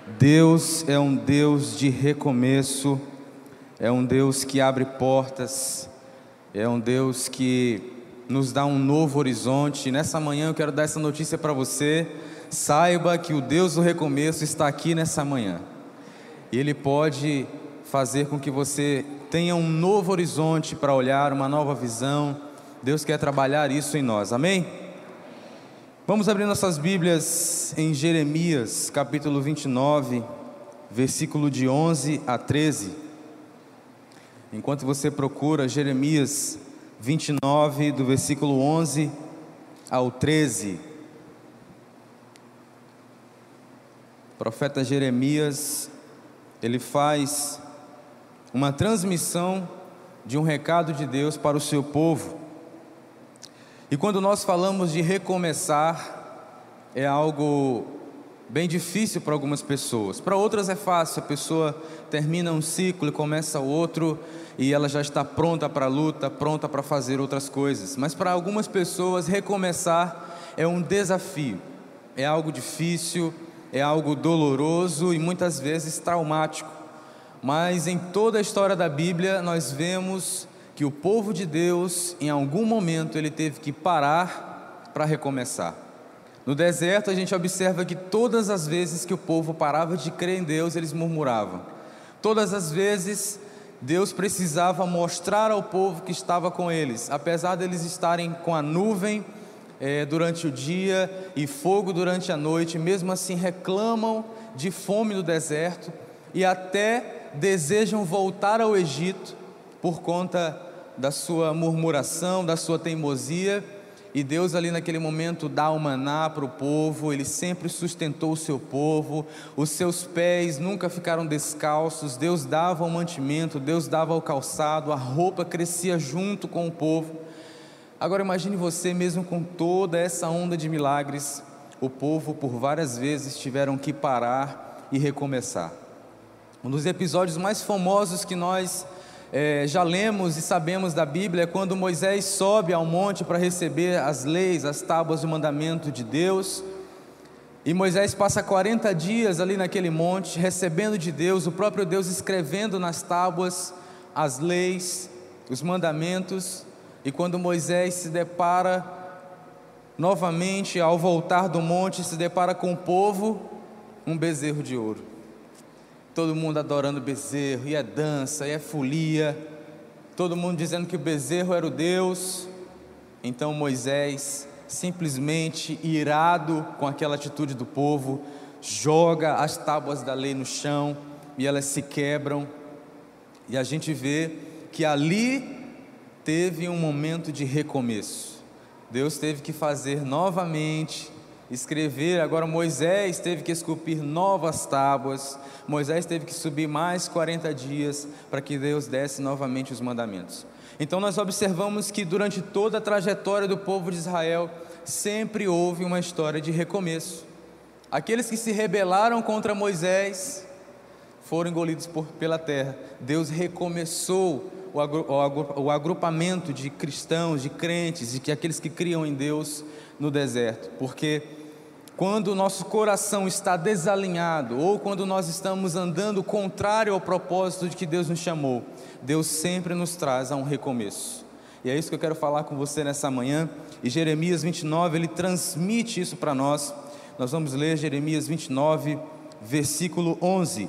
Deus é um Deus de recomeço, é um Deus que abre portas, é um Deus que nos dá um novo horizonte. Nessa manhã eu quero dar essa notícia para você: saiba que o Deus do recomeço está aqui nessa manhã. Ele pode fazer com que você tenha um novo horizonte para olhar, uma nova visão. Deus quer trabalhar isso em nós, amém? Vamos abrir nossas Bíblias em Jeremias, capítulo 29, versículo de 11 a 13. Enquanto você procura, Jeremias 29, do versículo 11 ao 13. O profeta Jeremias, ele faz uma transmissão de um recado de Deus para o seu povo. E quando nós falamos de recomeçar, é algo bem difícil para algumas pessoas. Para outras é fácil, a pessoa termina um ciclo e começa outro, e ela já está pronta para a luta, pronta para fazer outras coisas. Mas para algumas pessoas, recomeçar é um desafio, é algo difícil, é algo doloroso e muitas vezes traumático. Mas em toda a história da Bíblia, nós vemos que o povo de Deus, em algum momento, ele teve que parar para recomeçar. No deserto, a gente observa que todas as vezes que o povo parava de crer em Deus, eles murmuravam. Todas as vezes, Deus precisava mostrar ao povo que estava com eles. Apesar deles estarem com a nuvem durante o dia e fogo durante a noite, mesmo assim reclamam de fome no deserto e até desejam voltar ao Egito por conta da sua murmuração, da sua teimosia. E Deus ali naquele momento dá o maná para o povo. Ele sempre sustentou o seu povo, os seus pés nunca ficaram descalços. Deus dava o mantimento, Deus dava o calçado, a roupa crescia junto com o povo. Agora imagine você, mesmo com toda essa onda de milagres, o povo por várias vezes tiveram que parar e recomeçar. Um dos episódios mais famosos que nós já lemos e sabemos da Bíblia é quando Moisés sobe ao monte para receber as leis, as tábuas do mandamento de Deus. E Moisés passa 40 dias ali naquele monte, recebendo de Deus, o próprio Deus escrevendo nas tábuas as leis, os mandamentos. E quando Moisés se depara novamente, ao voltar do monte, se depara com o povo, um bezerro de ouro. Todo mundo adorando o bezerro, e é dança, e é folia, todo mundo dizendo que o bezerro era o Deus. Então Moisés, simplesmente irado com aquela atitude do povo, joga as tábuas da lei no chão, e elas se quebram, e a gente vê que ali teve um momento de recomeço. Deus teve que fazer novamente, escrever. Agora Moisés teve que esculpir novas tábuas. Moisés teve que subir mais 40 dias para que Deus desse novamente os mandamentos. Então nós observamos que durante toda a trajetória do povo de Israel sempre houve uma história de recomeço. Aqueles que se rebelaram contra Moisés foram engolidos pela terra. Deus recomeçou o agrupamento de cristãos, de crentes, de aqueles que criam em Deus no deserto, porque quando o nosso coração está desalinhado, ou quando nós estamos andando contrário ao propósito de que Deus nos chamou, Deus sempre nos traz a um recomeço. E é isso que eu quero falar com você nessa manhã. E Jeremias 29, ele transmite isso para nós. Nós vamos ler Jeremias 29, versículo 11.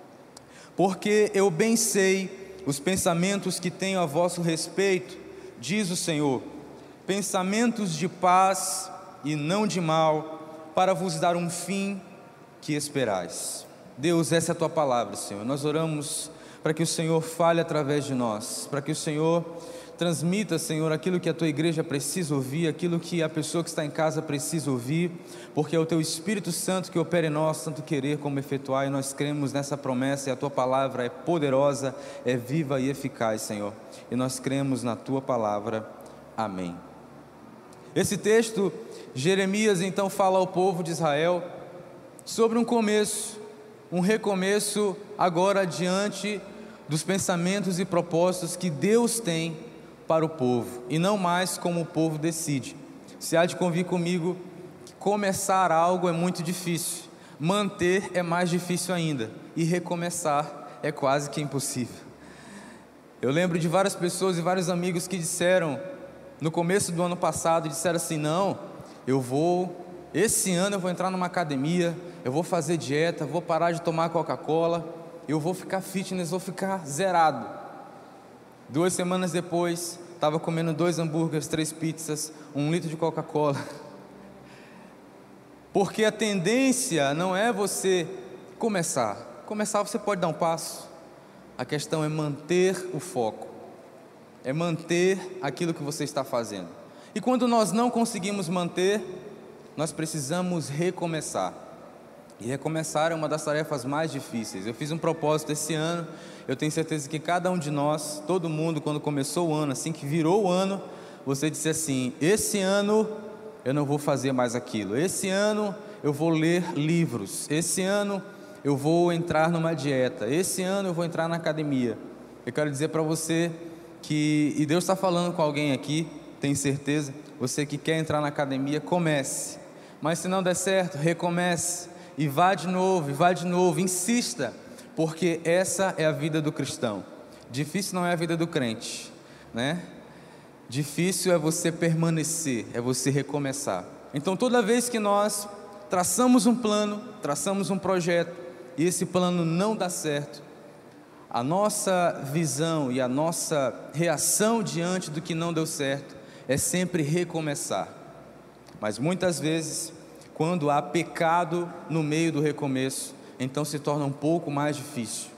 Porque eu bem sei os pensamentos que tenho a vosso respeito, diz o Senhor, pensamentos de paz e não de mal, para vos dar um fim que esperais. Deus, essa é a tua palavra, Senhor. Nós oramos para que o Senhor fale através de nós, para que o Senhor transmita, Senhor, aquilo que a tua igreja precisa ouvir, aquilo que a pessoa que está em casa precisa ouvir, porque é o teu Espírito Santo que opera em nós, tanto querer como efetuar, e nós cremos nessa promessa, e a tua palavra é poderosa, é viva e eficaz, Senhor, e nós cremos na tua palavra. Amém. Esse texto, Jeremias então fala ao povo de Israel sobre um começo, um recomeço agora diante dos pensamentos e propósitos que Deus tem para o povo, e não mais como o povo decide. Você há de convir comigo que começar algo é muito difícil, Manter é mais difícil ainda, e recomeçar é quase que impossível. Eu lembro de várias pessoas e vários amigos que disseram, no começo do ano passado, disseram assim: não, esse ano eu vou entrar numa academia, eu vou fazer dieta, vou parar de tomar Coca-Cola, eu vou ficar fitness, vou ficar zerado. 2 semanas depois, estava comendo 2 hambúrgueres, 3 pizzas, 1 litro de Coca-Cola. Porque a tendência não é você começar você pode dar um passo, a questão é manter o foco, é manter aquilo que você está fazendo. E quando nós não conseguimos manter, nós precisamos recomeçar, e recomeçar é uma das tarefas mais difíceis. Eu fiz um propósito esse ano, eu tenho certeza que cada um de nós, todo mundo, quando começou o ano, assim que virou o ano, você disse assim: esse ano eu não vou fazer mais aquilo, esse ano eu vou ler livros, esse ano eu vou entrar numa dieta, esse ano eu vou entrar na academia. Eu quero dizer para você que, e Deus está falando com alguém aqui, tenho certeza, você que quer entrar na academia, comece, mas se não der certo, recomece, e vá de novo, insista, porque essa é a vida do cristão. Difícil não é a vida do crente, né? Difícil é você permanecer, é você recomeçar. Então toda vez que nós traçamos um plano, traçamos um projeto, e esse plano não dá certo, a nossa visão e a nossa reação diante do que não deu certo é sempre recomeçar. Mas muitas vezes, quando há pecado no meio do recomeço, então se torna um pouco mais difícil.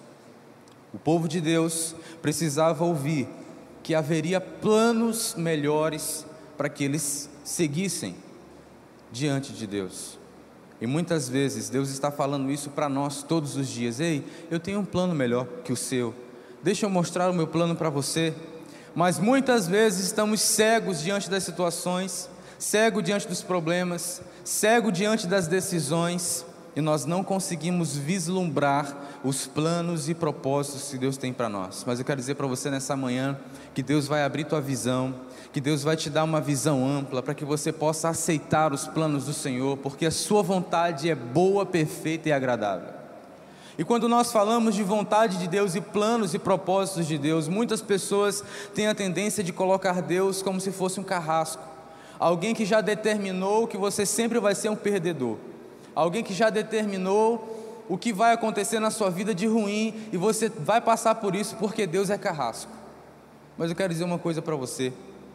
O povo de Deus precisava ouvir que haveria planos melhores para que eles seguissem diante de Deus. E muitas vezes Deus está falando isso para nós todos os dias: ei, eu tenho um plano melhor que o seu, deixa eu mostrar o meu plano para você. Mas muitas vezes estamos cegos diante das situações, cego diante dos problemas, cego diante das decisões, e nós não conseguimos vislumbrar os planos e propósitos que Deus tem para nós. Mas eu quero dizer para você nessa manhã, que Deus vai abrir tua visão, que Deus vai te dar uma visão ampla, para que você possa aceitar os planos do Senhor, porque a sua vontade é boa, perfeita e agradável. E quando nós falamos de vontade de Deus e planos e propósitos de Deus, muitas pessoas têm a tendência de colocar Deus como se fosse um carrasco, alguém que já determinou que você sempre vai ser um perdedor, alguém que já determinou o que vai acontecer na sua vida de ruim, e você vai passar por isso porque Deus é carrasco. Mas eu quero dizer uma coisa para você: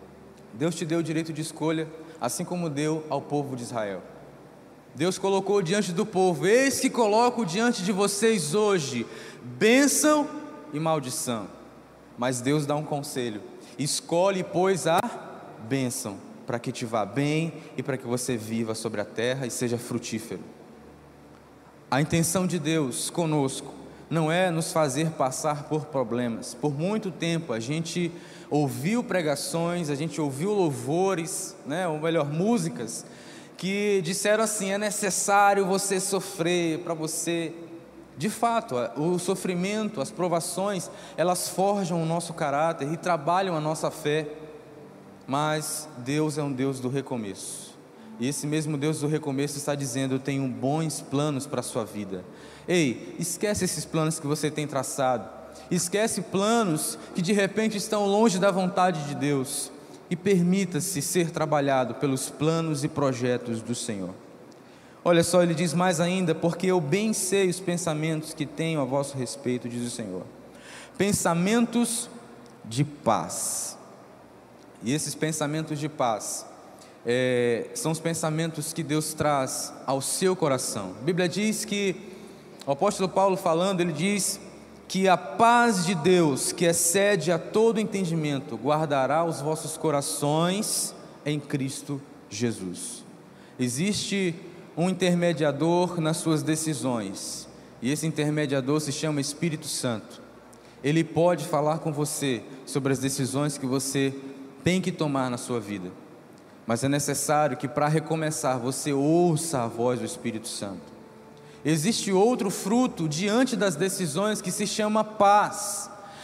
Deus te deu o direito de escolha, assim como deu ao povo de Israel. Deus colocou diante do povo: eis que coloco diante de vocês hoje bênção e maldição. Mas Deus dá um conselho: escolhe, pois, a bênção, para que te vá bem e para que você viva sobre a terra e seja frutífero. A intenção de Deus conosco não é nos fazer passar por problemas. Por muito tempo a gente ouviu pregações, a gente ouviu louvores, ou melhor, músicas, que disseram assim: é necessário você sofrer para você. De fato, o sofrimento, as provações, elas forjam o nosso caráter e trabalham a nossa fé. Mas Deus é um Deus do recomeço, e esse mesmo Deus do recomeço está dizendo: eu tenho bons planos para a sua vida. Ei, esquece esses planos que você tem traçado, esquece planos que de repente estão longe da vontade de Deus, e permita-se ser trabalhado pelos planos e projetos do Senhor. Olha só, ele diz mais ainda: porque eu bem sei os pensamentos que tenho a vosso respeito, diz o Senhor, pensamentos de paz. E esses pensamentos de paz são os pensamentos que Deus traz ao seu coração. A Bíblia diz que, o apóstolo Paulo falando, ele diz que a paz de Deus, que excede a todo entendimento, guardará os vossos corações em Cristo Jesus. Existe um intermediador nas suas decisões, e esse intermediador se chama Espírito Santo. Ele pode falar com você sobre as decisões que você tem que tomar na sua vida, mas é necessário que, para recomeçar, você ouça a voz do Espírito Santo. Existe outro fruto diante das decisões que se chama paz.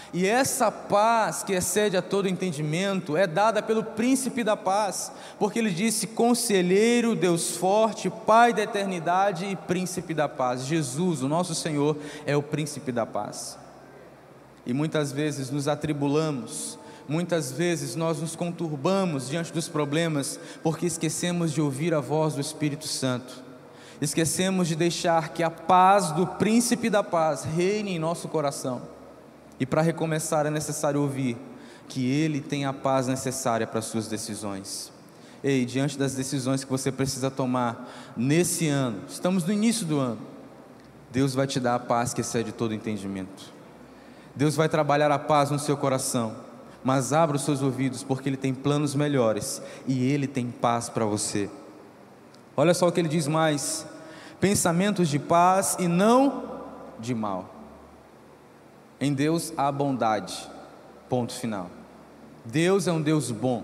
E essa paz que excede a todo entendimento é dada pelo príncipe da paz, porque ele disse: conselheiro, Deus forte, Pai da eternidade e príncipe da paz. Jesus, o nosso Senhor, é o príncipe da paz. E muitas vezes nos atribulamos, muitas vezes nós nos conturbamos diante dos problemas, porque esquecemos de ouvir a voz do Espírito Santo, esquecemos de deixar que a paz do príncipe da paz reine em nosso coração. E para recomeçar é necessário ouvir que Ele tem a paz necessária para as suas decisões. Ei, diante das decisões que você precisa tomar nesse ano, estamos no início do ano, Deus vai te dar a paz que excede todo entendimento. Deus vai trabalhar a paz no seu coração, mas abra os seus ouvidos, porque Ele tem planos melhores e Ele tem paz para você. Olha só o que Ele diz mais: pensamentos de paz e não de mal. Em Deus há bondade, ponto final. Deus é um Deus bom,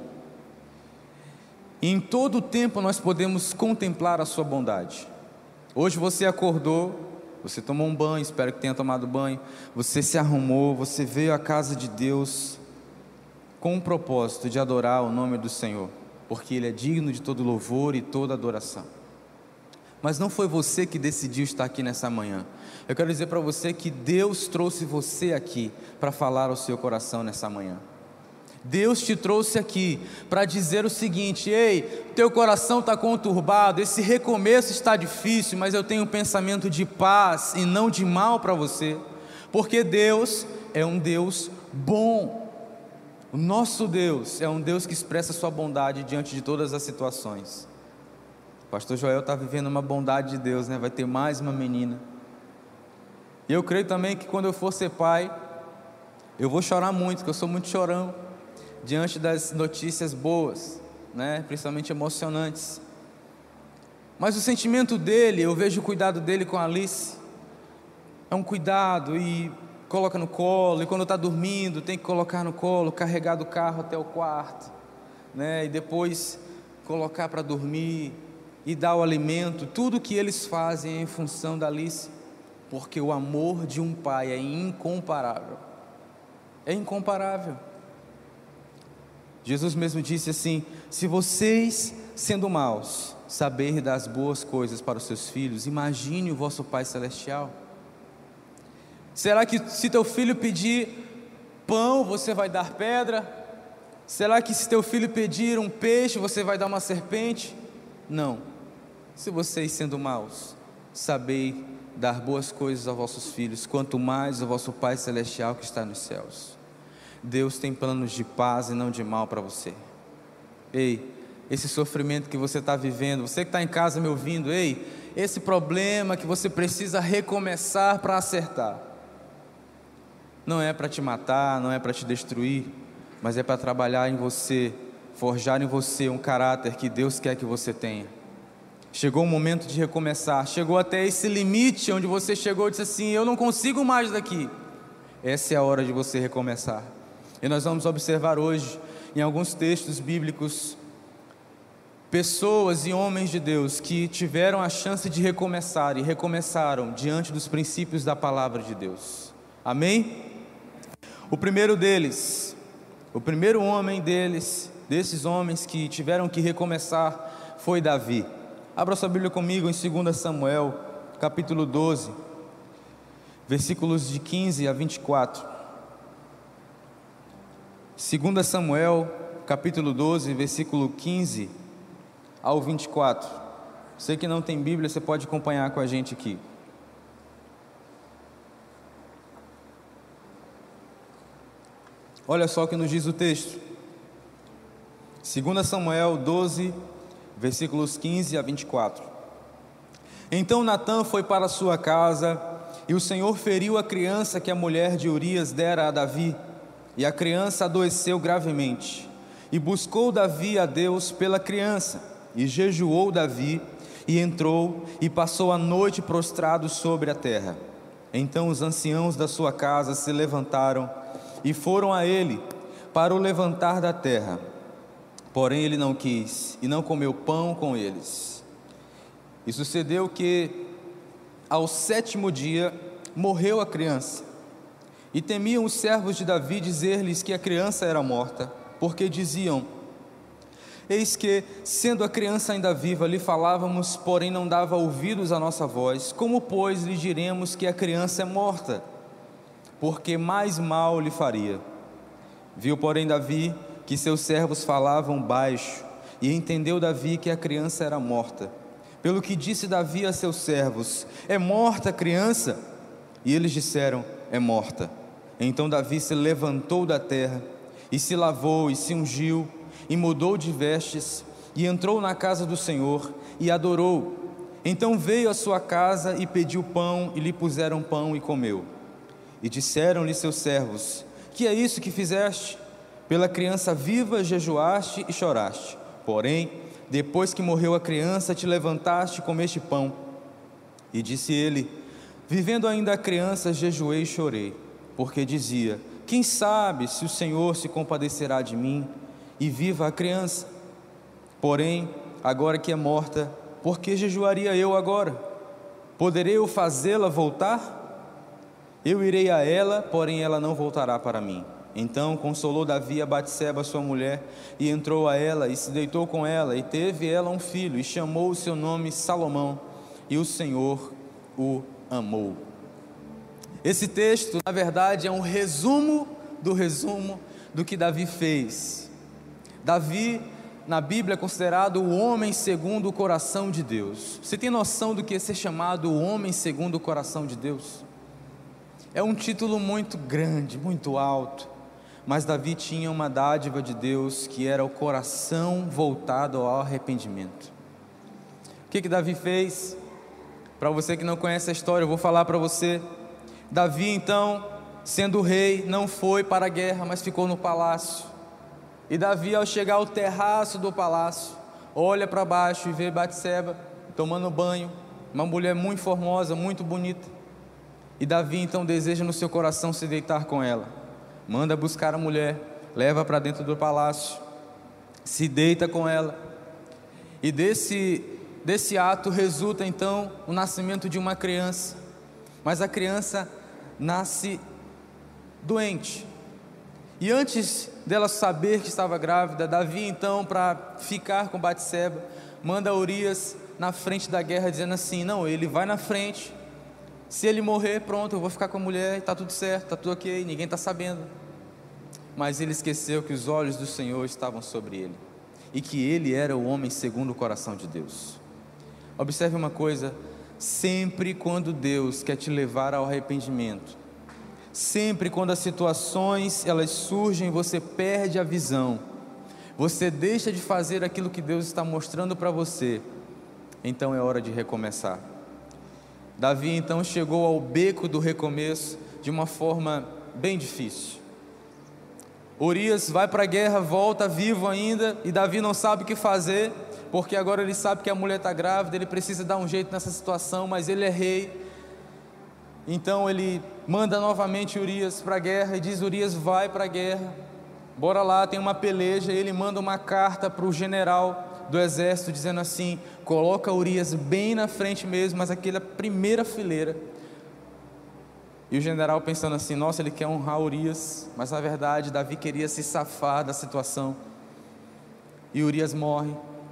e em todo o tempo nós podemos contemplar a sua bondade. Hoje você acordou, você tomou um banho, espero que tenha tomado banho, você se arrumou, você veio à casa de Deus com o propósito de adorar o nome do Senhor, porque Ele é digno de todo louvor e toda adoração. Mas não foi você que decidiu estar aqui nessa manhã. Eu quero dizer para você que Deus trouxe você aqui para falar ao seu coração nessa manhã. Deus te trouxe aqui para dizer o seguinte: ei, teu coração está conturbado, esse recomeço está difícil, mas eu tenho um pensamento de paz e não de mal para você, porque Deus é um Deus bom. O nosso Deus é um Deus que expressa sua bondade diante de todas as situações. O pastor Joel está vivendo uma bondade de Deus, né? Vai ter mais uma menina. E eu creio também que quando eu for ser pai, eu vou chorar muito, porque eu sou muito chorão diante das notícias boas, né? Principalmente emocionantes. Mas o sentimento dele, eu vejo o cuidado dele com a Alice, é um cuidado, e coloca no colo, e quando está dormindo tem que colocar no colo, carregar do carro até o quarto, né? E depois colocar para dormir e dar o alimento. Tudo que eles fazem é em função da Alice, porque o amor de um pai é incomparável. É incomparável. Jesus mesmo disse assim: se vocês, sendo maus, saberem dar as boas coisas para os seus filhos, imagine o vosso Pai Celestial. Será que se teu filho pedir pão, você vai dar pedra? Será que se teu filho pedir um peixe, você vai dar uma serpente? Não. Se vocês, sendo maus, sabei dar boas coisas aos vossos filhos, quanto mais o vosso Pai Celestial que está nos céus. Deus tem planos de paz e não de mal para você. Ei, esse sofrimento que você está vivendo, você que está em casa me ouvindo, ei, esse problema que você precisa recomeçar para acertar, não é para te matar, não é para te destruir, mas é para trabalhar em você, forjar em você um caráter que Deus quer que você tenha. Chegou o momento de recomeçar, chegou até esse limite onde você chegou e disse assim: eu não consigo mais daqui. Essa é a hora de você recomeçar. E nós vamos observar hoje, em alguns textos bíblicos, pessoas e homens de Deus que tiveram a chance de recomeçar e recomeçaram diante dos princípios da palavra de Deus. Amém? O primeiro deles, o primeiro homem desses homens que tiveram que recomeçar, foi Davi. Abra sua Bíblia comigo em 2 Samuel, capítulo 12, versículos de 15 a 24. 2 Samuel, capítulo 12, versículo 15 ao 24. Você que não tem Bíblia, você pode acompanhar com a gente aqui. Olha só o que nos diz o texto. 2 Samuel 12, versículos 15 a 24. Então Natã foi para sua casa, e o Senhor feriu a criança que a mulher de Urias dera a Davi, e a criança adoeceu gravemente. E buscou Davi a Deus pela criança, e jejuou Davi, e entrou, e passou a noite prostrado sobre a terra. Então os anciãos da sua casa se levantaram, e foram a ele, para o levantar da terra. Porém ele não quis, e não comeu pão com eles. E sucedeu que, ao 7º dia, morreu a criança. E temiam os servos de Davi dizer-lhes que a criança era morta, porque diziam: eis que, sendo a criança ainda viva, lhe falávamos, porém não dava ouvidos à nossa voz. Como, pois, lhe diremos que a criança é morta? Porque mais mal lhe faria. Viu, porém, Davi que seus servos falavam baixo, e entendeu Davi que a criança era morta. Pelo que disse Davi a seus servos: é morta a criança? E eles disseram: é morta. Então Davi se levantou da terra, e se lavou, e se ungiu, e mudou de vestes, e entrou na casa do Senhor, e adorou. Então veio à sua casa, e pediu pão, e lhe puseram pão, e comeu. E disseram-lhe seus servos: que é isso que fizeste? Pela criança viva jejuaste e choraste. Porém, depois que morreu a criança, te levantaste e comeste pão. E disse ele: vivendo ainda a criança, jejuei e chorei, porque dizia: quem sabe se o Senhor se compadecerá de mim, e viva a criança? Porém, agora que é morta, por que jejuaria eu agora? Poderei eu fazê-la voltar? Eu irei a ela, porém ela não voltará para mim. Então consolou Davi a Batseba, sua mulher, e entrou a ela, e se deitou com ela, e teve ela um filho, e chamou o seu nome Salomão, e o Senhor o amou. Esse texto, na verdade, é um resumo do que Davi fez. Davi, na Bíblia, é considerado o homem segundo o coração de Deus. Você tem noção do que é ser chamado o homem segundo o coração de Deus? É um título muito grande, muito alto, mas Davi tinha uma dádiva de Deus, que era o coração voltado ao arrependimento. O que Davi fez? Para você que não conhece a história, eu vou falar para você. Davi, então, sendo rei, não foi para a guerra, mas ficou no palácio. E Davi, ao chegar ao terraço do palácio, olha para baixo e vê Batseba tomando banho, uma mulher muito formosa, muito bonita. E Davi então deseja no seu coração se deitar com ela. Manda buscar a mulher, leva para dentro do palácio, se deita com ela. E desse ato resulta então o nascimento de uma criança. Mas a criança nasce doente. E antes dela saber que estava grávida, Davi então, para ficar com Batseba, manda Urias na frente da guerra, dizendo assim: não, ele vai na frente, se ele morrer, pronto, eu vou ficar com a mulher, está tudo certo, está tudo ok, ninguém está sabendo. Mas ele esqueceu que os olhos do Senhor estavam sobre ele, e que ele era o homem segundo o coração de Deus. Observe uma coisa: sempre quando Deus quer te levar ao arrependimento, sempre quando as situações elas surgem, você perde a visão, você deixa de fazer aquilo que Deus está mostrando para você, então é hora de recomeçar. Davi então chegou ao beco do recomeço de uma forma bem difícil. Urias vai para a guerra, volta vivo ainda, e Davi não sabe o que fazer, porque agora ele sabe que a mulher está grávida, ele precisa dar um jeito nessa situação, mas ele é rei. Então ele manda novamente Urias para a guerra, e diz: Urias, vai para a guerra, bora lá, tem uma peleja. E ele manda uma carta para o general do exército, dizendo assim: coloca Urias bem na frente mesmo, mas aquela primeira fileira. E o general pensando assim: nossa, ele quer honrar Urias, mas na verdade Davi queria se safar da situação. E Urias morre.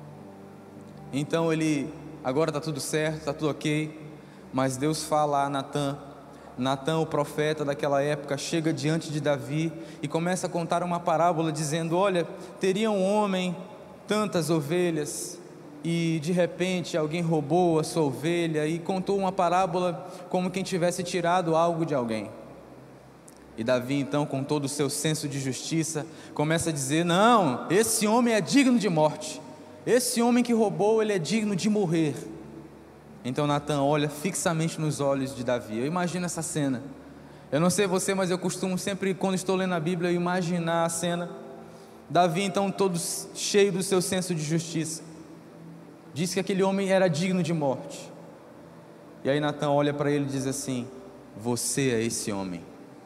Então ele, agora está tudo certo, está tudo ok, mas Deus fala a Natã, o profeta daquela época, chega diante de Davi e começa a contar uma parábola, dizendo: olha, teria um homem tantas ovelhas, e de repente alguém roubou a sua ovelha, e contou uma parábola como quem tivesse tirado algo de alguém. E Davi então, com todo o seu senso de justiça, começa a dizer: não, esse homem é digno de morte, esse homem que roubou, ele é digno de morrer. Então Natã olha fixamente nos olhos de Davi. Eu imagino essa cena. Eu não sei você, mas eu costumo sempre, quando estou lendo a Bíblia, imaginar a cena. Davi então, todo cheio do seu senso de justiça, diz que aquele homem era digno de morte. E aí Natã olha para ele e diz assim: você é esse homem.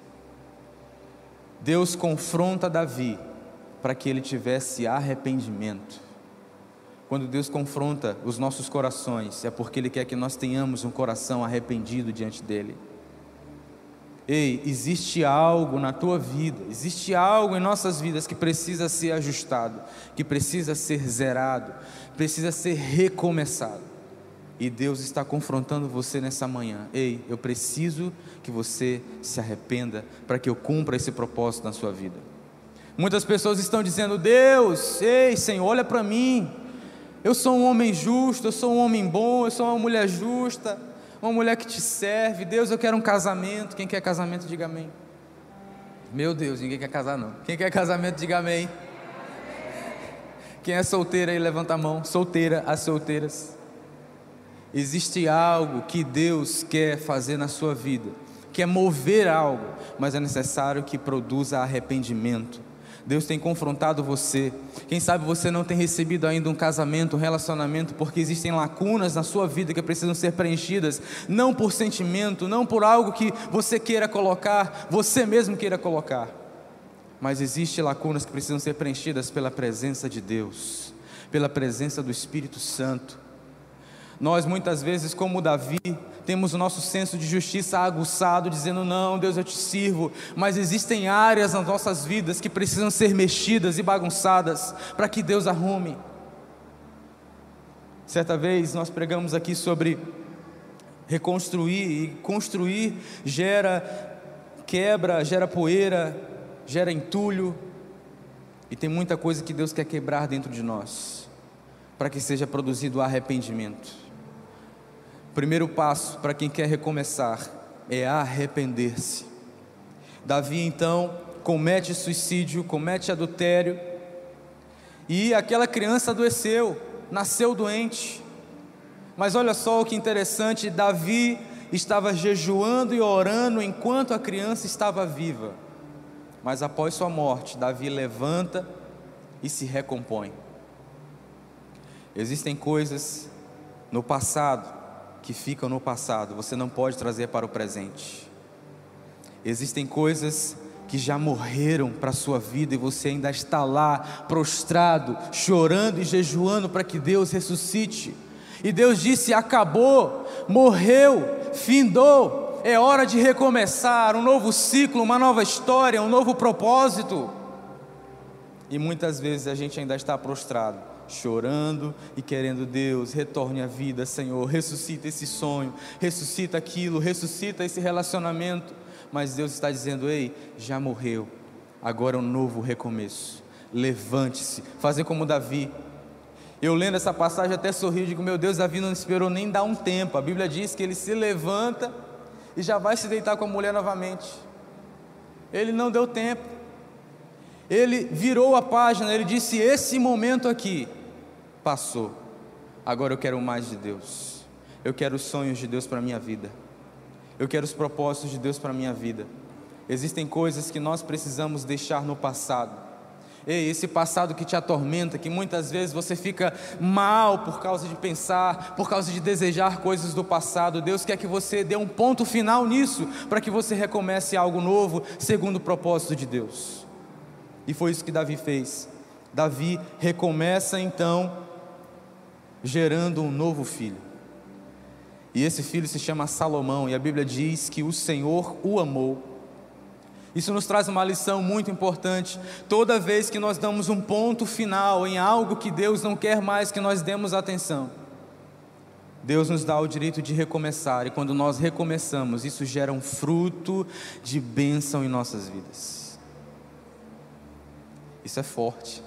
Deus confronta Davi para que ele tivesse arrependimento. Quando Deus confronta os nossos corações, é porque Ele quer que nós tenhamos um coração arrependido diante dEle. Ei, existe algo na tua vida, existe algo em nossas vidas que precisa ser ajustado, que precisa ser zerado, precisa ser recomeçado. E Deus está confrontando você nessa manhã. Ei, eu preciso que você se arrependa para que eu cumpra esse propósito na sua vida. Muitas pessoas estão dizendo: Deus, ei Senhor, olha para mim, eu sou um homem justo, eu sou um homem bom, eu sou uma mulher justa, uma mulher que te serve. Deus, eu quero um casamento. Quem quer casamento, diga amém. Meu Deus, ninguém quer casar não. Quem quer casamento, diga amém. Quem é solteira aí, levanta a mão. Solteira, as solteiras. Existe algo que Deus quer fazer na sua vida, quer mover algo, mas é necessário que produza arrependimento. Deus tem confrontado você. Quem sabe você não tem recebido ainda um casamento, um relacionamento, porque existem lacunas na sua vida que precisam ser preenchidas, não por sentimento, não por algo que você queira colocar, você mesmo queira colocar, mas existem lacunas que precisam ser preenchidas pela presença de Deus, pela presença do Espírito Santo. Nós muitas vezes, como Davi, temos o nosso senso de justiça aguçado, dizendo: não, Deus, eu te sirvo, mas existem áreas nas nossas vidas que precisam ser mexidas e bagunçadas, para que Deus arrume. Certa vez nós pregamos aqui sobre reconstruir, e construir gera quebra, gera poeira, gera entulho, e tem muita coisa que Deus quer quebrar dentro de nós, para que seja produzido arrependimento. O primeiro passo para quem quer recomeçar é arrepender-se. Davi então comete suicídio, comete adultério, e aquela criança adoeceu, nasceu doente. Mas olha só o que interessante: Davi estava jejuando e orando enquanto a criança estava viva, mas após sua morte, Davi levanta e se recompõe. Existem coisas no passado que ficam no passado, você não pode trazer para o presente. Existem coisas que já morreram para a sua vida e você ainda está lá, prostrado, chorando e jejuando para que Deus ressuscite. E Deus disse: acabou, morreu, findou, é hora de recomeçar, um novo ciclo, uma nova história, um novo propósito. E muitas vezes a gente ainda está prostrado, chorando e querendo: Deus, retorne à vida, Senhor, ressuscita esse sonho, ressuscita aquilo, ressuscita esse relacionamento. Mas Deus está dizendo: ei, já morreu, agora é um novo recomeço. Levante-se, fazer como Davi. Eu lendo essa passagem até sorri, digo: meu Deus, Davi não esperou nem dar um tempo. A Bíblia diz que ele se levanta e já vai se deitar com a mulher novamente. Ele não deu tempo, ele virou a página, ele disse: esse momento aqui passou, agora eu quero mais de Deus, eu quero os sonhos de Deus para a minha vida, eu quero os propósitos de Deus para a minha vida. Existem coisas que nós precisamos deixar no passado. Ei, esse passado que te atormenta, que muitas vezes você fica mal por causa de pensar, por causa de desejar coisas do passado, Deus quer que você dê um ponto final nisso, para que você recomece algo novo, segundo o propósito de Deus. E foi isso que Davi fez. Davi recomeça então gerando um novo filho, e esse filho se chama Salomão, e a Bíblia diz que o Senhor o amou. Isso nos traz uma lição muito importante. Toda vez que nós damos um ponto final em algo que Deus não quer mais que nós demos atenção, Deus nos dá o direito de recomeçar, e quando nós recomeçamos, isso gera um fruto de bênção em nossas vidas. Isso é forte.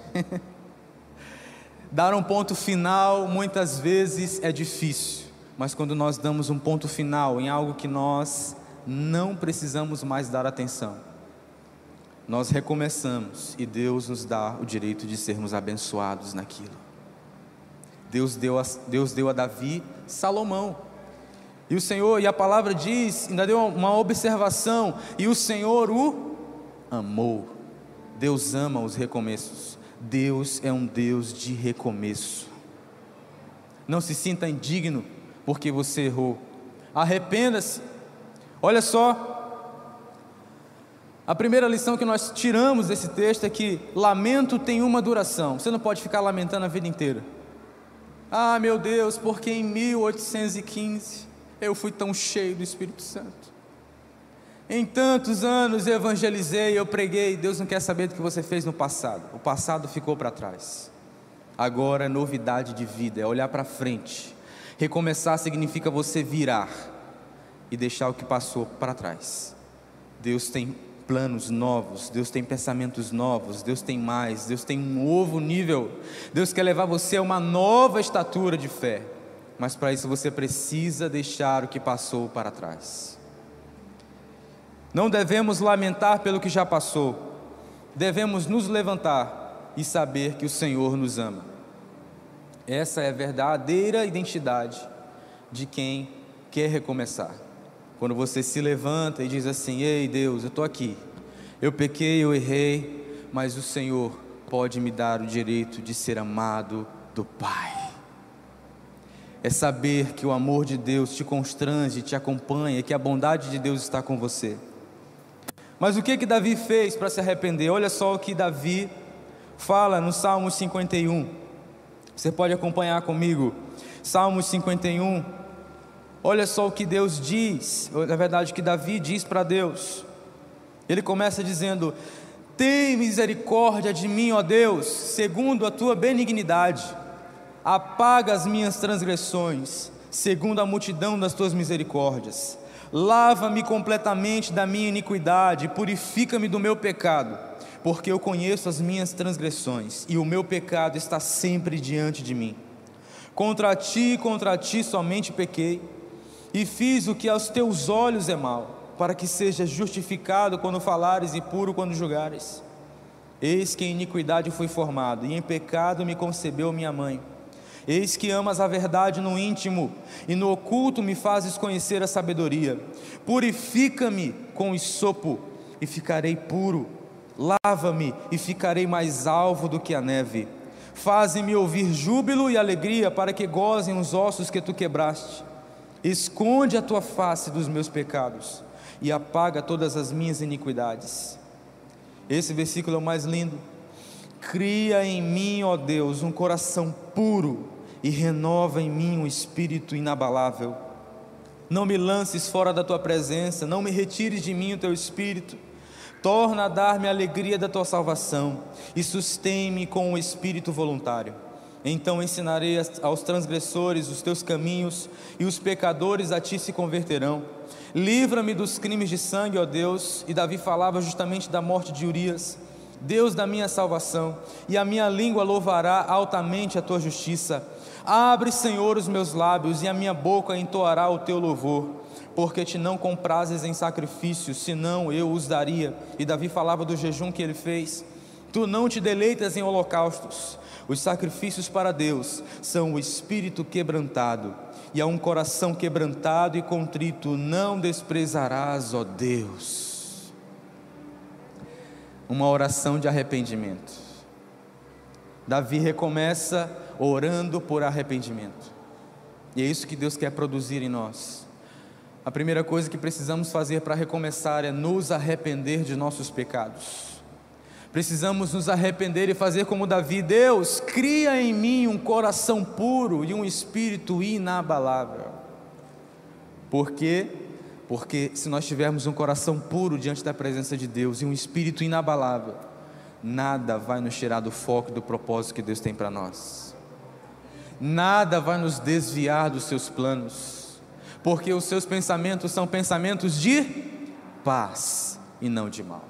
Dar um ponto final muitas vezes é difícil, mas quando nós damos um ponto final em algo que nós não precisamos mais dar atenção, nós recomeçamos e Deus nos dá o direito de sermos abençoados naquilo. Deus deu a Davi Salomão, e o Senhor, e a palavra diz, ainda deu uma observação: e o Senhor o amou. Deus ama os recomeços. Deus é um Deus de recomeço. Não se sinta indigno porque você errou. Arrependa-se. Olha só, a primeira lição que nós tiramos desse texto é que lamento tem uma duração. Você não pode ficar lamentando a vida inteira. Ah, meu Deus, porque em 1815 eu fui tão cheio do Espírito Santo. Em tantos anos eu evangelizei, eu preguei. Deus não quer saber do que você fez no passado. O passado ficou para trás. Agora é novidade de vida, é olhar para frente. Recomeçar significa você virar e deixar o que passou para trás. Deus tem planos novos, Deus tem pensamentos novos, Deus tem mais, Deus tem um novo nível. Deus quer levar você a uma nova estatura de fé, mas para isso você precisa deixar o que passou para trás. Não devemos lamentar pelo que já passou, devemos nos levantar e saber que o Senhor nos ama. Essa é a verdadeira identidade de quem quer recomeçar. Quando você se levanta e diz assim: ei Deus, eu estou aqui, eu pequei, eu errei, mas o Senhor pode me dar o direito de ser amado do Pai. É saber que o amor de Deus te constrange, te acompanha, que a bondade de Deus está com você. Mas o que Davi fez para se arrepender? Olha só o que Davi fala no Salmo 51. Você pode acompanhar comigo. Salmo 51. Olha só o que Deus diz, na verdade o que Davi diz para Deus. Ele começa dizendo: tem misericórdia de mim, ó Deus, segundo a tua benignidade. Apaga as minhas transgressões, segundo a multidão das tuas misericórdias. Lava-me completamente da minha iniquidade, purifica-me do meu pecado, porque eu conheço as minhas transgressões, e o meu pecado está sempre diante de mim. Contra ti somente pequei, e fiz o que aos teus olhos é mal, para que sejas justificado quando falares e puro quando julgares. Eis que em iniquidade fui formado, e em pecado me concebeu minha mãe. Eis que amas a verdade no íntimo, e no oculto me fazes conhecer a sabedoria. Purifica-me com esopo, e ficarei puro. Lava-me, e ficarei mais alvo do que a neve. Faze-me ouvir júbilo e alegria, para que gozem os ossos que tu quebraste. Esconde a tua face dos meus pecados, e apaga todas as minhas iniquidades. Esse versículo é o mais lindo. Cria em mim, ó Deus, um coração puro, e renova em mim um espírito inabalável. Não me lances fora da tua presença, não me retires de mim o teu espírito. Torna a dar-me a alegria da tua salvação, e sustém-me com o espírito voluntário. Então ensinarei aos transgressores os teus caminhos, e os pecadores a ti se converterão. Livra-me dos crimes de sangue, ó Deus. E Davi falava justamente da morte de Urias. Deus da minha salvação, e a minha língua louvará altamente a tua justiça. Abre, Senhor, os meus lábios, e a minha boca entoará o teu louvor, porque te não comprazes em sacrifícios, senão eu os daria. E Davi falava do jejum que ele fez. Tu não te deleitas em holocaustos. Os sacrifícios para Deus são o espírito quebrantado, e a um coração quebrantado e contrito não desprezarás, ó Deus. Uma oração de arrependimento. Davi recomeça orando por arrependimento, e é isso que Deus quer produzir em nós. A primeira coisa que precisamos fazer para recomeçar é nos arrepender de nossos pecados. Precisamos nos arrepender e fazer como Davi: Deus, cria em mim um coração puro e um espírito inabalável. Por quê? Porque se nós tivermos um coração puro diante da presença de Deus e um espírito inabalável, nada vai nos tirar do foco e do propósito que Deus tem para nós. Nada vai nos desviar dos seus planos, porque os seus pensamentos são pensamentos de paz e não de mal.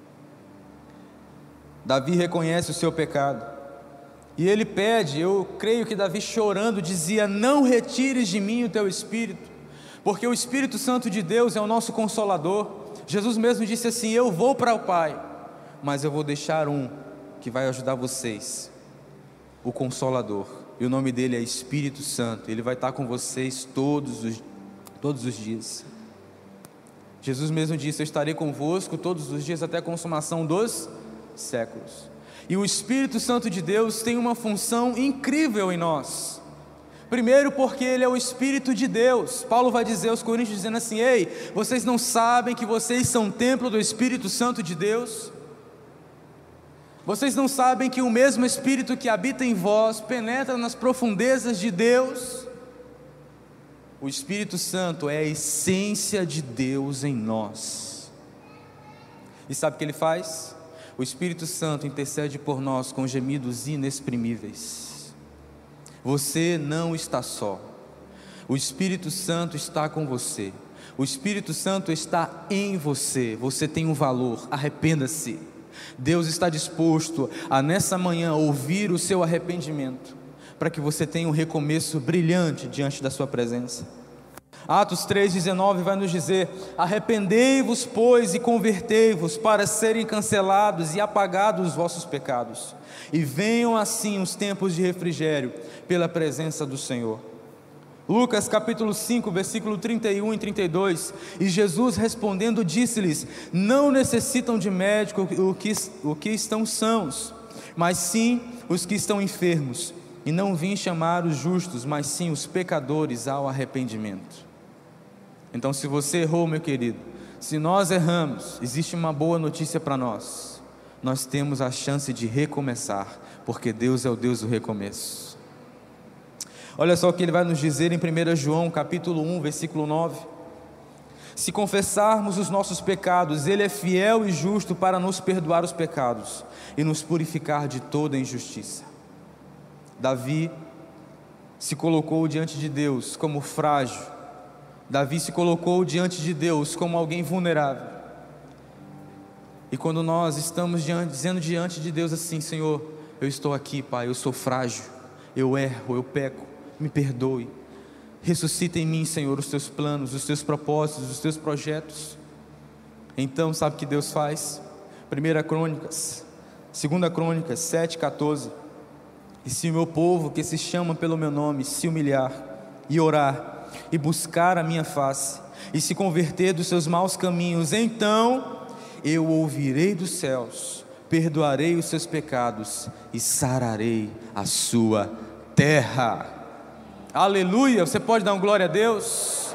Davi reconhece o seu pecado, e ele pede, eu creio que Davi chorando dizia: não retires de mim o teu Espírito, porque o Espírito Santo de Deus é o nosso Consolador. Jesus mesmo disse assim: eu vou para o Pai, mas eu vou deixar um que vai ajudar vocês, o Consolador, e o nome dele é Espírito Santo. Ele vai estar com vocês todos os dias. Jesus mesmo disse: eu estarei convosco todos os dias até a consumação dos séculos. E o Espírito Santo de Deus tem uma função incrível em nós. Primeiro, porque ele é o Espírito de Deus. Paulo vai dizer aos Coríntios, dizendo assim: ei, vocês não sabem que vocês são templo do Espírito Santo de Deus? Vocês não sabem que o mesmo Espírito que habita em vós penetra nas profundezas de Deus? O Espírito Santo é a essência de Deus em nós. E sabe o que Ele faz? O Espírito Santo intercede por nós com gemidos inexprimíveis. Você não está só. O Espírito Santo está com você. O Espírito Santo está em você. Você tem um valor. Arrependa-se. Deus está disposto a nessa manhã ouvir o seu arrependimento, para que você tenha um recomeço brilhante diante da sua presença. Atos 3,19 vai nos dizer: arrependei-vos, pois, e convertei-vos, para serem cancelados e apagados os vossos pecados, e venham assim os tempos de refrigério pela presença do Senhor. Lucas capítulo 5, versículo 31 e 32, e Jesus respondendo disse-lhes: não necessitam de médico o que estão sãos, mas sim os que estão enfermos, e não vim chamar os justos, mas sim os pecadores ao arrependimento. Então, se você errou, meu querido, se nós erramos, existe uma boa notícia para nós: nós temos a chance de recomeçar, porque Deus é o Deus do recomeço. Olha só o que Ele vai nos dizer em 1 João capítulo 1, versículo 9: se confessarmos os nossos pecados, Ele é fiel e justo para nos perdoar os pecados e nos purificar de toda injustiça. Davi se colocou diante de Deus como frágil. Davi se colocou diante de Deus como alguém vulnerável. E quando nós estamos dizendo diante de Deus assim: Senhor, eu estou aqui, Pai, eu sou frágil, eu erro, eu peco, me perdoe, ressuscita em mim, Senhor, os teus planos, os teus propósitos, os teus projetos. Então, sabe o que Deus faz? 2 Crônicas 7,14: e se o meu povo, que se chama pelo meu nome, se humilhar e orar, e buscar a minha face, e se converter dos seus maus caminhos, então eu ouvirei dos céus, perdoarei os seus pecados e sararei a sua terra. Aleluia! Você pode dar um glória a Deus?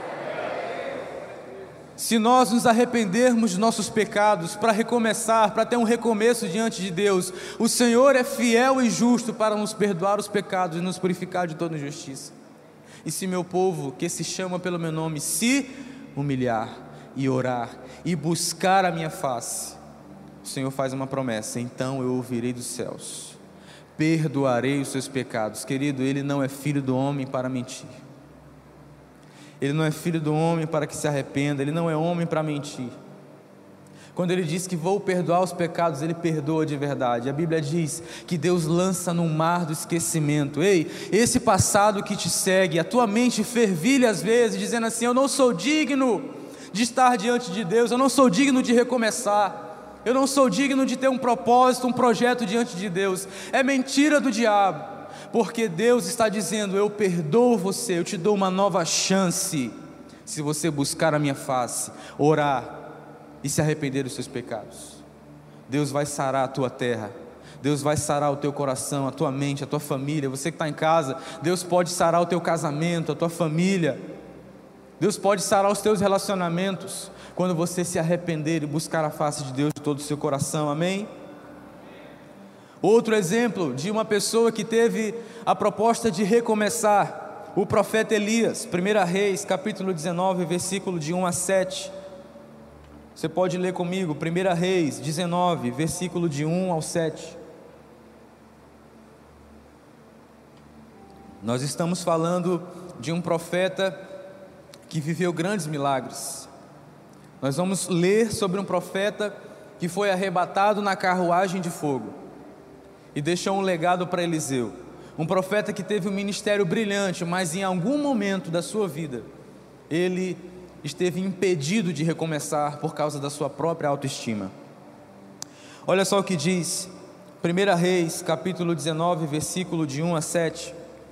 Se nós nos arrependermos de nossos pecados, para recomeçar, para ter um recomeço diante de Deus, o Senhor é fiel e justo para nos perdoar os pecados e nos purificar de toda injustiça. E se meu povo, que se chama pelo meu nome, se humilhar e orar e buscar a minha face, o Senhor faz uma promessa: então eu ouvirei dos céus, perdoarei os seus pecados. Querido, Ele não é filho do homem para mentir. Ele não é filho do homem para que se arrependa. Ele não é homem para mentir. Quando Ele diz que vou perdoar os pecados, Ele perdoa de verdade. A Bíblia diz que Deus lança no mar do esquecimento. Ei, esse passado que te segue, a tua mente fervilha às vezes, dizendo assim: eu não sou digno de estar diante de Deus, eu não sou digno de recomeçar, eu não sou digno de ter um propósito, um projeto diante de Deus. É mentira do diabo, porque Deus está dizendo: eu perdoo você, eu te dou uma nova chance, se você buscar a minha face, orar e se arrepender dos seus pecados. Deus vai sarar a tua terra, Deus vai sarar o teu coração, a tua mente, a tua família. Você que está em casa, Deus pode sarar o teu casamento, a tua família. Deus pode sarar os teus relacionamentos, quando você se arrepender e buscar a face de Deus de todo o seu coração. Amém? Outro exemplo de uma pessoa que teve a proposta de recomeçar, o profeta Elias. 1 Reis capítulo 19, versículo de 1 a 7. Você pode ler comigo, 1 Reis 19, versículo de 1 ao 7. Nós estamos falando de um profeta que viveu grandes milagres. Nós vamos ler sobre um profeta que foi arrebatado na carruagem de fogo e deixou um legado para Eliseu. Um profeta que teve um ministério brilhante, mas em algum momento da sua vida, ele esteve impedido de recomeçar por causa da sua própria autoestima. Olha só o que diz 1 Reis capítulo 19, versículo de 1 a 7.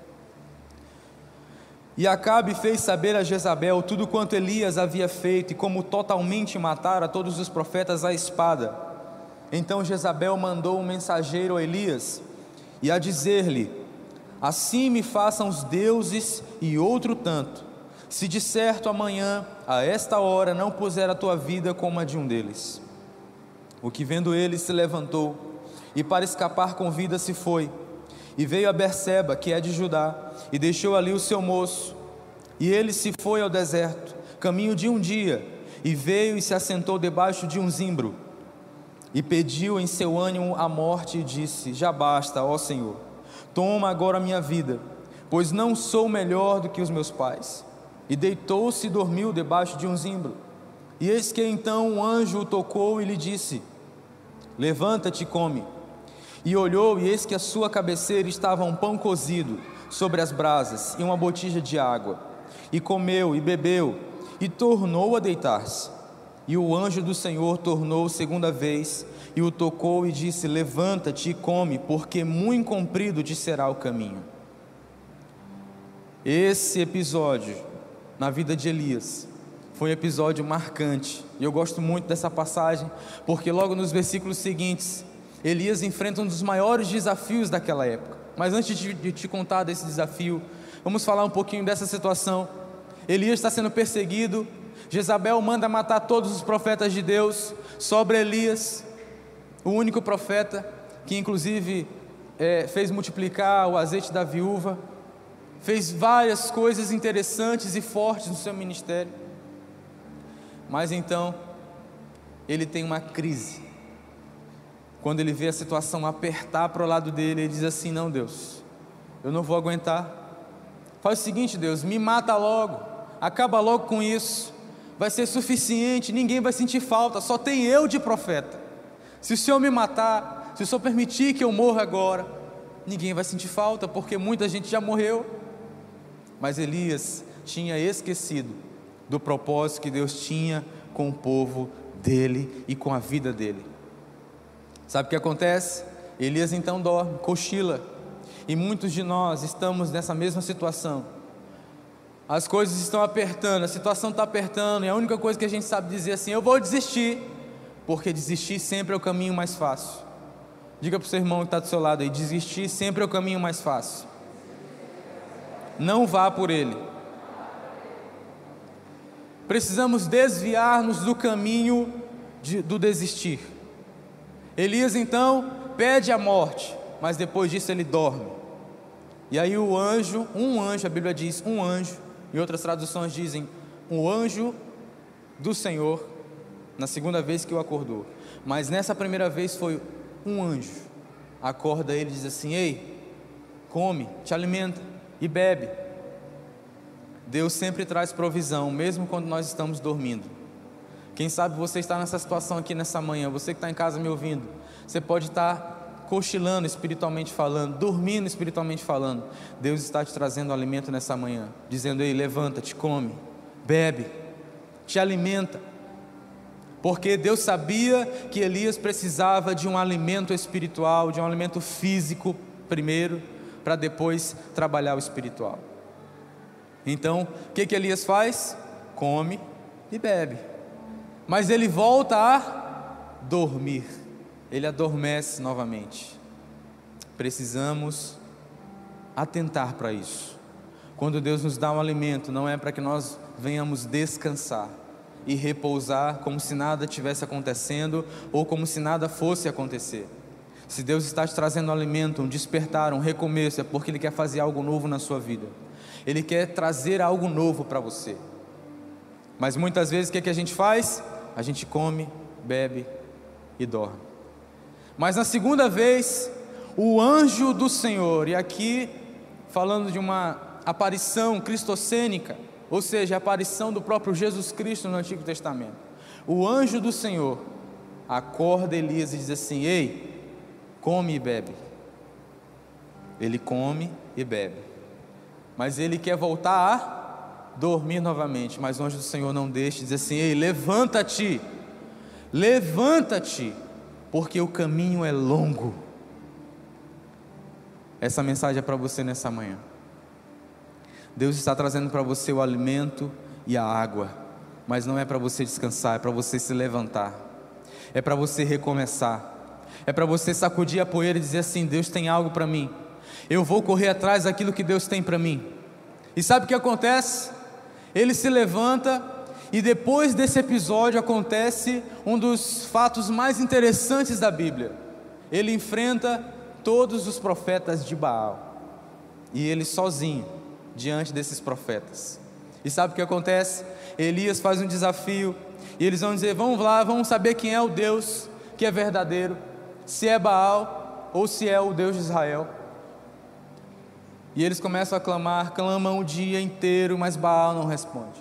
E Acabe fez saber a Jezabel tudo quanto Elias havia feito, e como totalmente matara todos os profetas à espada. Então Jezabel mandou um mensageiro a Elias, e a dizer-lhe: assim me façam os deuses e outro tanto, se de certo amanhã, a esta hora, não puser a tua vida como a de um deles. O que vendo ele se levantou, e para escapar com vida se foi, e veio a Berseba, que é de Judá, e deixou ali o seu moço. E ele se foi ao deserto, caminho de um dia, e veio e se assentou debaixo de um zimbro. e pediu em seu ânimo a morte e disse: já basta, ó Senhor, toma agora a minha vida, pois não sou melhor do que os meus pais. E deitou-se e dormiu debaixo de um zimbro. E eis que então um anjo o tocou e lhe disse: levanta-te e come. E olhou, e eis que à sua cabeceira estava um pão cozido sobre as brasas e uma botija de água. E comeu e bebeu e tornou a deitar-se. E o anjo do Senhor tornou segunda vez e o tocou e disse: levanta-te e come, porque muito comprido te será o caminho. Esse episódio na vida de Elias foi um episódio marcante, e eu gosto muito dessa passagem, porque logo nos versículos seguintes, Elias enfrenta um dos maiores desafios daquela época. Mas antes de te contar desse desafio, vamos falar um pouquinho dessa situação. Elias está sendo perseguido, Jezabel manda matar todos os profetas de Deus, sobra Elias, o único profeta que inclusive fez multiplicar o azeite da viúva, fez várias coisas interessantes e fortes no seu ministério. Mas então ele tem uma crise. Quando ele vê a situação apertar para o lado dele, ele diz assim: não, Deus, eu não vou aguentar. Faz o seguinte, Deus, me mata logo, acaba logo com isso, vai ser suficiente, ninguém vai sentir falta, só tem eu de profeta. Se o Senhor me matar, se o Senhor permitir que eu morra agora, ninguém vai sentir falta, porque muita gente já morreu. Mas Elias tinha esquecido do propósito que Deus tinha com o povo dele e com a vida dele. Sabe o que acontece? Elias então dorme, cochila, e muitos de nós estamos nessa mesma situação. As coisas estão apertando, a situação está apertando, e a única coisa que a gente sabe dizer assim: eu vou desistir, porque desistir sempre é o caminho mais fácil. Diga para o seu irmão que está do seu lado aí: desistir sempre é o caminho mais fácil. Não vá por ele. Precisamos desviar-nos do caminho do desistir. Elias então pede a morte, mas depois disso ele dorme. E aí um anjo, a Bíblia diz um anjo, e outras traduções dizem o anjo do Senhor, na segunda vez que o acordou. Mas nessa primeira vez foi um anjo, acorda ele e diz assim: ei, come, te alimenta e bebe. Deus sempre traz provisão, mesmo quando nós estamos dormindo. Quem sabe você está nessa situação aqui nessa manhã, você que está em casa me ouvindo, você pode estar cochilando espiritualmente falando, dormindo espiritualmente falando. Deus está te trazendo alimento nessa manhã, dizendo: ei, levanta-te, come, bebe, te alimenta. Porque Deus sabia que Elias precisava de um alimento espiritual, de um alimento físico primeiro, para depois trabalhar o espiritual. Então, o que Elias faz? Come e bebe. Mas ele volta a dormir, ele adormece novamente. Precisamos atentar para isso. Quando Deus nos dá um alimento, não é para que nós venhamos descansar e repousar como se nada tivesse acontecendo ou como se nada fosse acontecer. Se Deus está te trazendo um alimento, um despertar, um recomeço, é porque Ele quer fazer algo novo na sua vida. Ele quer trazer algo novo para você. Mas muitas vezes o que a gente faz? A gente come, bebe e dorme. Mas na segunda vez, o anjo do Senhor, e aqui falando de uma aparição cristocênica, ou seja, a aparição do próprio Jesus Cristo no Antigo Testamento. O anjo do Senhor acorda Elias e diz assim: ei, come e bebe. Ele come e bebe, mas ele quer voltar a dormir novamente. Mas o anjo do Senhor não deixa, diz assim: ei, levanta-te, levanta-te, porque o caminho é longo. Essa mensagem é para você nessa manhã. Deus está trazendo para você o alimento e a água, mas não é para você descansar, é para você se levantar, é para você recomeçar, é para você sacudir a poeira e dizer assim: Deus tem algo para mim, eu vou correr atrás daquilo que Deus tem para mim. E sabe o que acontece? Ele se levanta, e depois desse episódio acontece um dos fatos mais interessantes da Bíblia. Ele enfrenta todos os profetas de Baal, e ele sozinho diante desses profetas. E sabe o que acontece? Elias faz um desafio, e eles vão dizer: vamos lá, vamos saber quem é o Deus que é verdadeiro, se é Baal ou se é o Deus de Israel. E eles começam a clamar, clamam o dia inteiro, mas Baal não responde.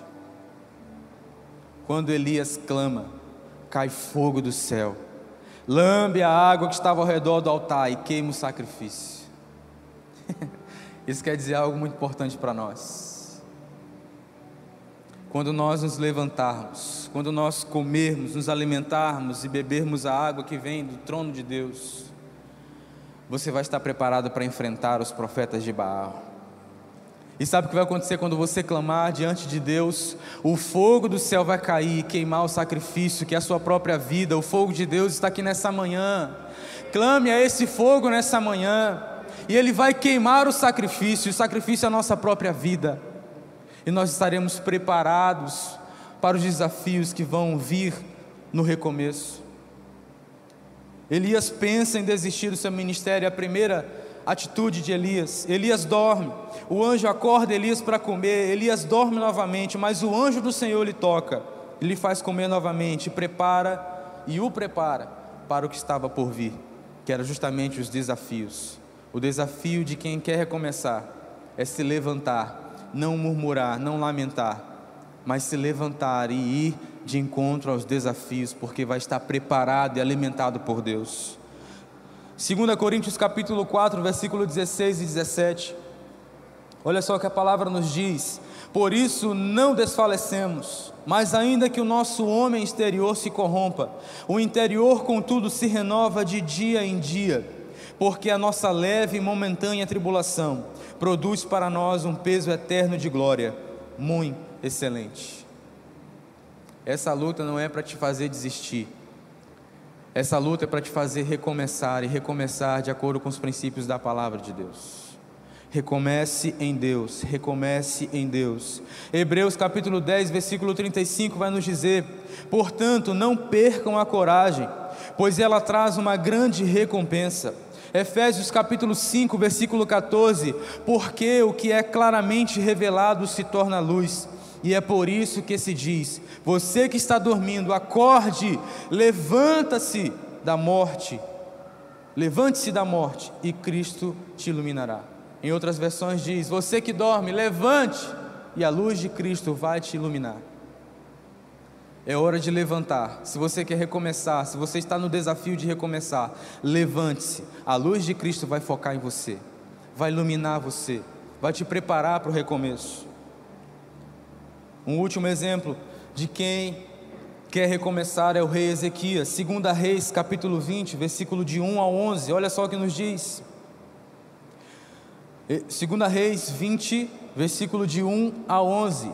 Quando Elias clama, cai fogo do céu, lambe a água que estava ao redor do altar e queima o sacrifício. Isso quer dizer algo muito importante para nós. Quando nós nos levantarmos, quando nós comermos, nos alimentarmos e bebermos a água que vem do trono de Deus, você vai estar preparado para enfrentar os profetas de Baal. E sabe o que vai acontecer quando você clamar diante de Deus? O fogo do céu vai cair e queimar o sacrifício, que é a sua própria vida. O fogo de Deus está aqui nessa manhã. Clame a esse fogo nessa manhã, e ele vai queimar o sacrifício. O sacrifício é a nossa própria vida, e nós estaremos preparados para os desafios que vão vir no recomeço. Elias pensa em desistir do seu ministério. A primeira atitude de Elias dorme, o anjo acorda Elias para comer, Elias dorme novamente, mas o anjo do Senhor lhe toca, lhe faz comer novamente, o prepara para o que estava por vir, que era justamente os desafios. O desafio de quem quer recomeçar é se levantar, não murmurar, não lamentar, mas se levantar e ir de encontro aos desafios, porque vai estar preparado e alimentado por Deus. 2 Coríntios capítulo 4, versículo 16 e 17, olha só o que a palavra nos diz: por isso não desfalecemos, mas ainda que o nosso homem exterior se corrompa, o interior contudo se renova de dia em dia, porque a nossa leve e momentânea tribulação produz para nós um peso eterno de glória, muito excelente. Essa luta não é para te fazer desistir, essa luta é para te fazer recomeçar, e recomeçar de acordo com os princípios da palavra de Deus. Recomece em Deus, recomece em Deus. Hebreus capítulo 10, versículo 35 vai nos dizer: portanto não percam a coragem, pois ela traz uma grande recompensa. Efésios capítulo 5, versículo 14: porque o que é claramente revelado se torna luz, e é por isso que se diz: você que está dormindo, acorde, levanta-se da morte, levante-se da morte, e Cristo te iluminará. Em outras versões diz: você que dorme, levante, e a luz de Cristo vai te iluminar. É hora de levantar. Se você quer recomeçar, se você está no desafio de recomeçar, levante-se, a luz de Cristo vai focar em você, vai iluminar você, vai te preparar para o recomeço. Um último exemplo de quem quer recomeçar é o rei Ezequias. 2 Reis capítulo 20, versículo de 1 a 11, olha só o que nos diz. 2 Reis 20, versículo de 1 a 11,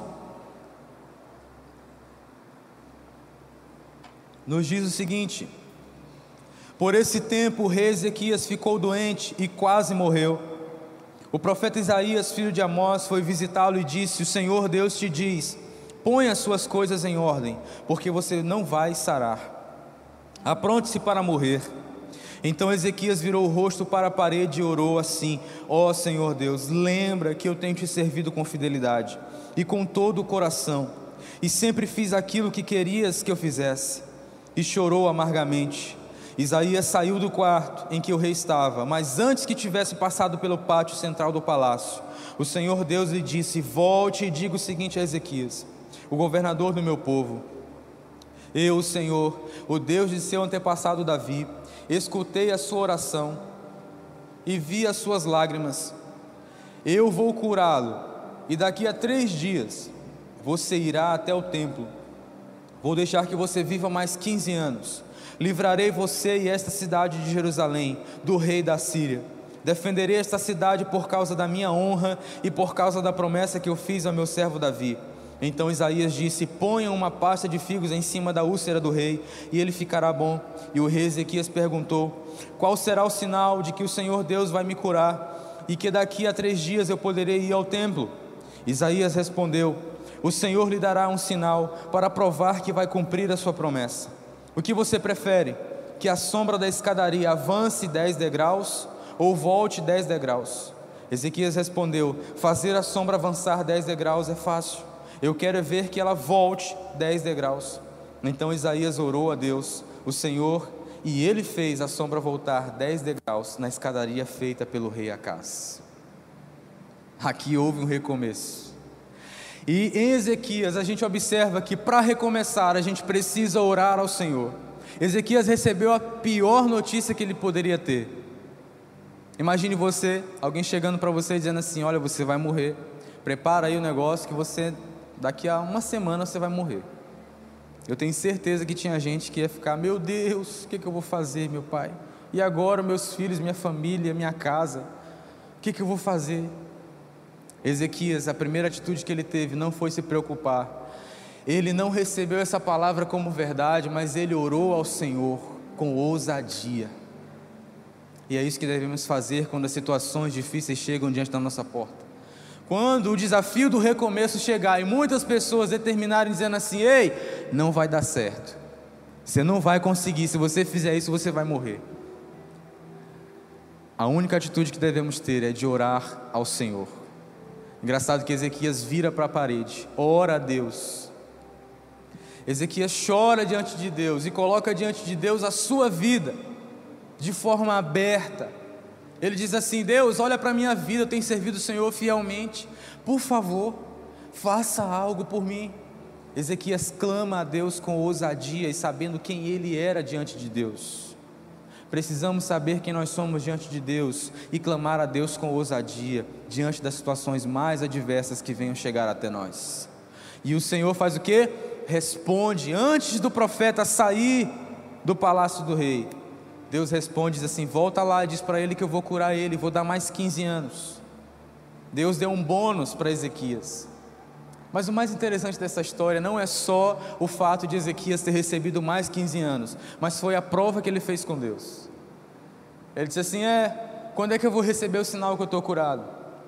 nos diz o seguinte: por esse tempo o rei Ezequias ficou doente e quase morreu. O profeta Isaías, filho de Amós, foi visitá-lo e disse: o Senhor Deus te diz: põe as suas coisas em ordem, porque você não vai sarar. Apronte-se para morrer. Então Ezequias virou o rosto para a parede e orou assim: ó Senhor Deus, lembra que eu tenho te servido com fidelidade e com todo o coração, e sempre fiz aquilo que querias que eu fizesse. E chorou amargamente. Isaías saiu do quarto em que o rei estava, mas antes que tivesse passado pelo pátio central do palácio, o Senhor Deus lhe disse: volte e diga o seguinte a Ezequias, o governador do meu povo: eu, o Senhor, o Deus de seu antepassado Davi, escutei a sua oração e vi as suas lágrimas. Eu vou curá-lo, e daqui a 3 dias você irá até o templo. Vou deixar que você viva mais 15 anos. Livrarei você e esta cidade de Jerusalém do rei da Síria. Defenderei esta cidade por causa da minha honra e por causa da promessa que eu fiz ao meu servo Davi. Então Isaías disse: ponham uma pasta de figos em cima da úlcera do rei, e ele ficará bom. E o rei Ezequias perguntou: qual será o sinal de que o Senhor Deus vai me curar, e que daqui a 3 dias eu poderei ir ao templo? Isaías respondeu: o Senhor lhe dará um sinal para provar que vai cumprir a sua promessa. O que você prefere? Que a sombra da escadaria avance 10 degraus ou volte 10 degraus? Ezequias respondeu: fazer a sombra avançar 10 degraus é fácil. Eu quero ver que ela volte 10 degraus. Então Isaías orou a Deus, o Senhor, e ele fez a sombra voltar 10 degraus na escadaria feita pelo rei Acás. Aqui houve um recomeço. E em Ezequias a gente observa que para recomeçar a gente precisa orar ao Senhor. Ezequias recebeu a pior notícia que ele poderia ter. Imagine você, alguém chegando para você dizendo assim: olha, você vai morrer, prepara aí o negócio que você, daqui a uma semana você vai morrer. Eu tenho certeza que tinha gente que ia ficar: meu Deus, o que eu vou fazer, meu pai? E agora meus filhos, minha família, minha casa, o que eu vou fazer? Ezequias, a primeira atitude que ele teve não foi se preocupar. Ele não recebeu essa palavra como verdade, mas ele orou ao Senhor com ousadia. E é isso que devemos fazer quando as situações difíceis chegam diante da nossa porta. Quando o desafio do recomeço chegar e muitas pessoas determinarem dizendo assim: ei, não vai dar certo, você não vai conseguir, se você fizer isso você vai morrer. A única atitude que devemos ter é de orar ao Senhor. Engraçado que Ezequias vira para a parede, ora a Deus. Ezequias chora diante de Deus e coloca diante de Deus a sua vida de forma aberta. Ele diz assim: Deus, olha para a minha vida, eu tenho servido o Senhor fielmente, por favor, faça algo por mim. Ezequias clama a Deus com ousadia e sabendo quem ele era diante de Deus. Precisamos saber quem nós somos diante de Deus e clamar a Deus com ousadia diante das situações mais adversas que venham chegar até nós. E o Senhor faz o quê? Responde. Antes do profeta sair do palácio do rei, Deus responde, diz assim: volta lá e diz para ele que eu vou curar ele, vou dar mais 15 anos. Deus deu um bônus para Ezequias. Mas o mais interessante dessa história não é só o fato de Ezequias ter recebido mais 15 anos, mas foi a prova que ele fez com Deus. Ele disse assim: quando é que eu vou receber o sinal que eu estou curado?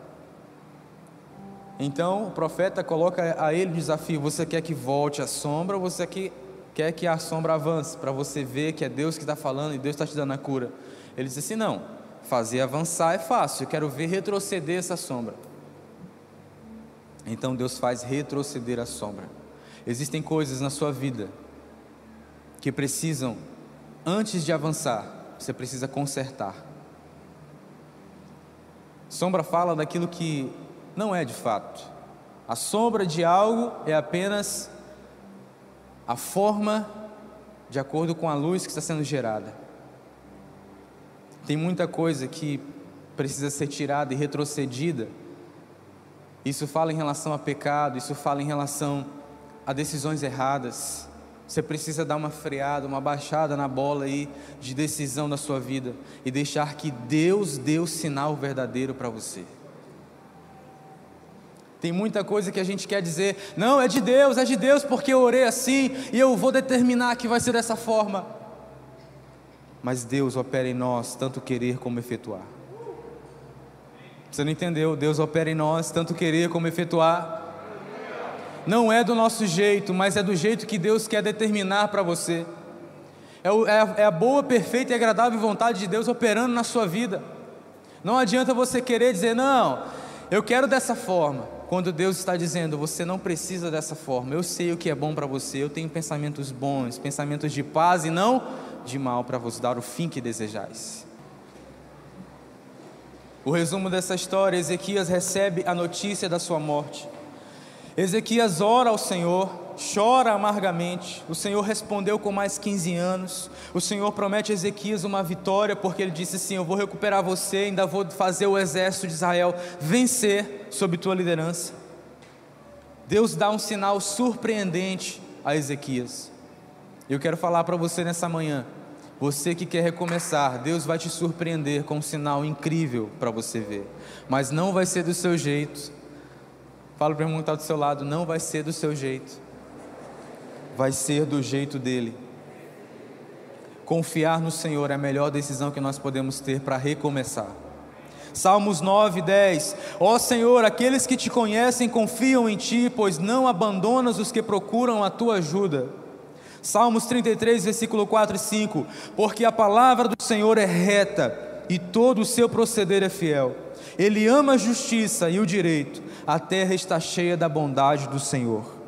Então o profeta coloca a ele o desafio: você quer que volte a sombra ou você quer que a sombra avance, para você ver que é Deus que está falando e Deus está te dando a cura? Ele disse assim: não, fazer avançar é fácil, eu quero ver retroceder essa sombra. Então Deus faz retroceder a sombra. Existem coisas na sua vida que precisam, antes de avançar, você precisa consertar. Sombra fala daquilo que não é de fato. A sombra de algo é apenas a forma de acordo com a luz que está sendo gerada. Tem muita coisa que precisa ser tirada e retrocedida. Isso fala em relação a pecado, isso fala em relação a decisões erradas. Você precisa dar uma freada, uma baixada na bola aí de decisão da sua vida e deixar que Deus dê o sinal verdadeiro para você. Tem muita coisa que a gente quer dizer: não, é de Deus porque eu orei assim e eu vou determinar que vai ser dessa forma. Mas Deus opera em nós tanto querer como efetuar. Você não entendeu? Deus opera em nós tanto querer como efetuar. Não é do nosso jeito, mas é do jeito que Deus quer determinar para você. É a boa, perfeita e agradável vontade de Deus operando na sua vida. Não adianta você querer dizer: não, eu quero dessa forma, quando Deus está dizendo: você não precisa dessa forma, eu sei o que é bom para você, eu tenho pensamentos bons, pensamentos de paz e não de mal, para vos dar o fim que desejais. O resumo dessa história: Ezequias recebe a notícia da sua morte. Ezequias ora ao Senhor, chora amargamente. O Senhor respondeu com mais 15 anos. O Senhor promete a Ezequias uma vitória, porque ele disse assim: eu vou recuperar você, ainda vou fazer o exército de Israel vencer sob tua liderança. Deus dá um sinal surpreendente a Ezequias. Eu quero falar para você nessa manhã: você que quer recomeçar, Deus vai te surpreender com um sinal incrível para você ver, mas não vai ser do seu jeito. Fala para o irmão que está do seu lado: não vai ser do seu jeito, vai ser do jeito dele. Confiar no Senhor é a melhor decisão que nós podemos ter para recomeçar. Salmos 9:10: ó Senhor, aqueles que te conhecem confiam em ti, pois não abandonas os que procuram a tua ajuda. Salmos 33, versículo 4 e 5: porque a palavra do Senhor é reta e todo o seu proceder é fiel. Ele ama a justiça e o direito, a terra está cheia da bondade do Senhor.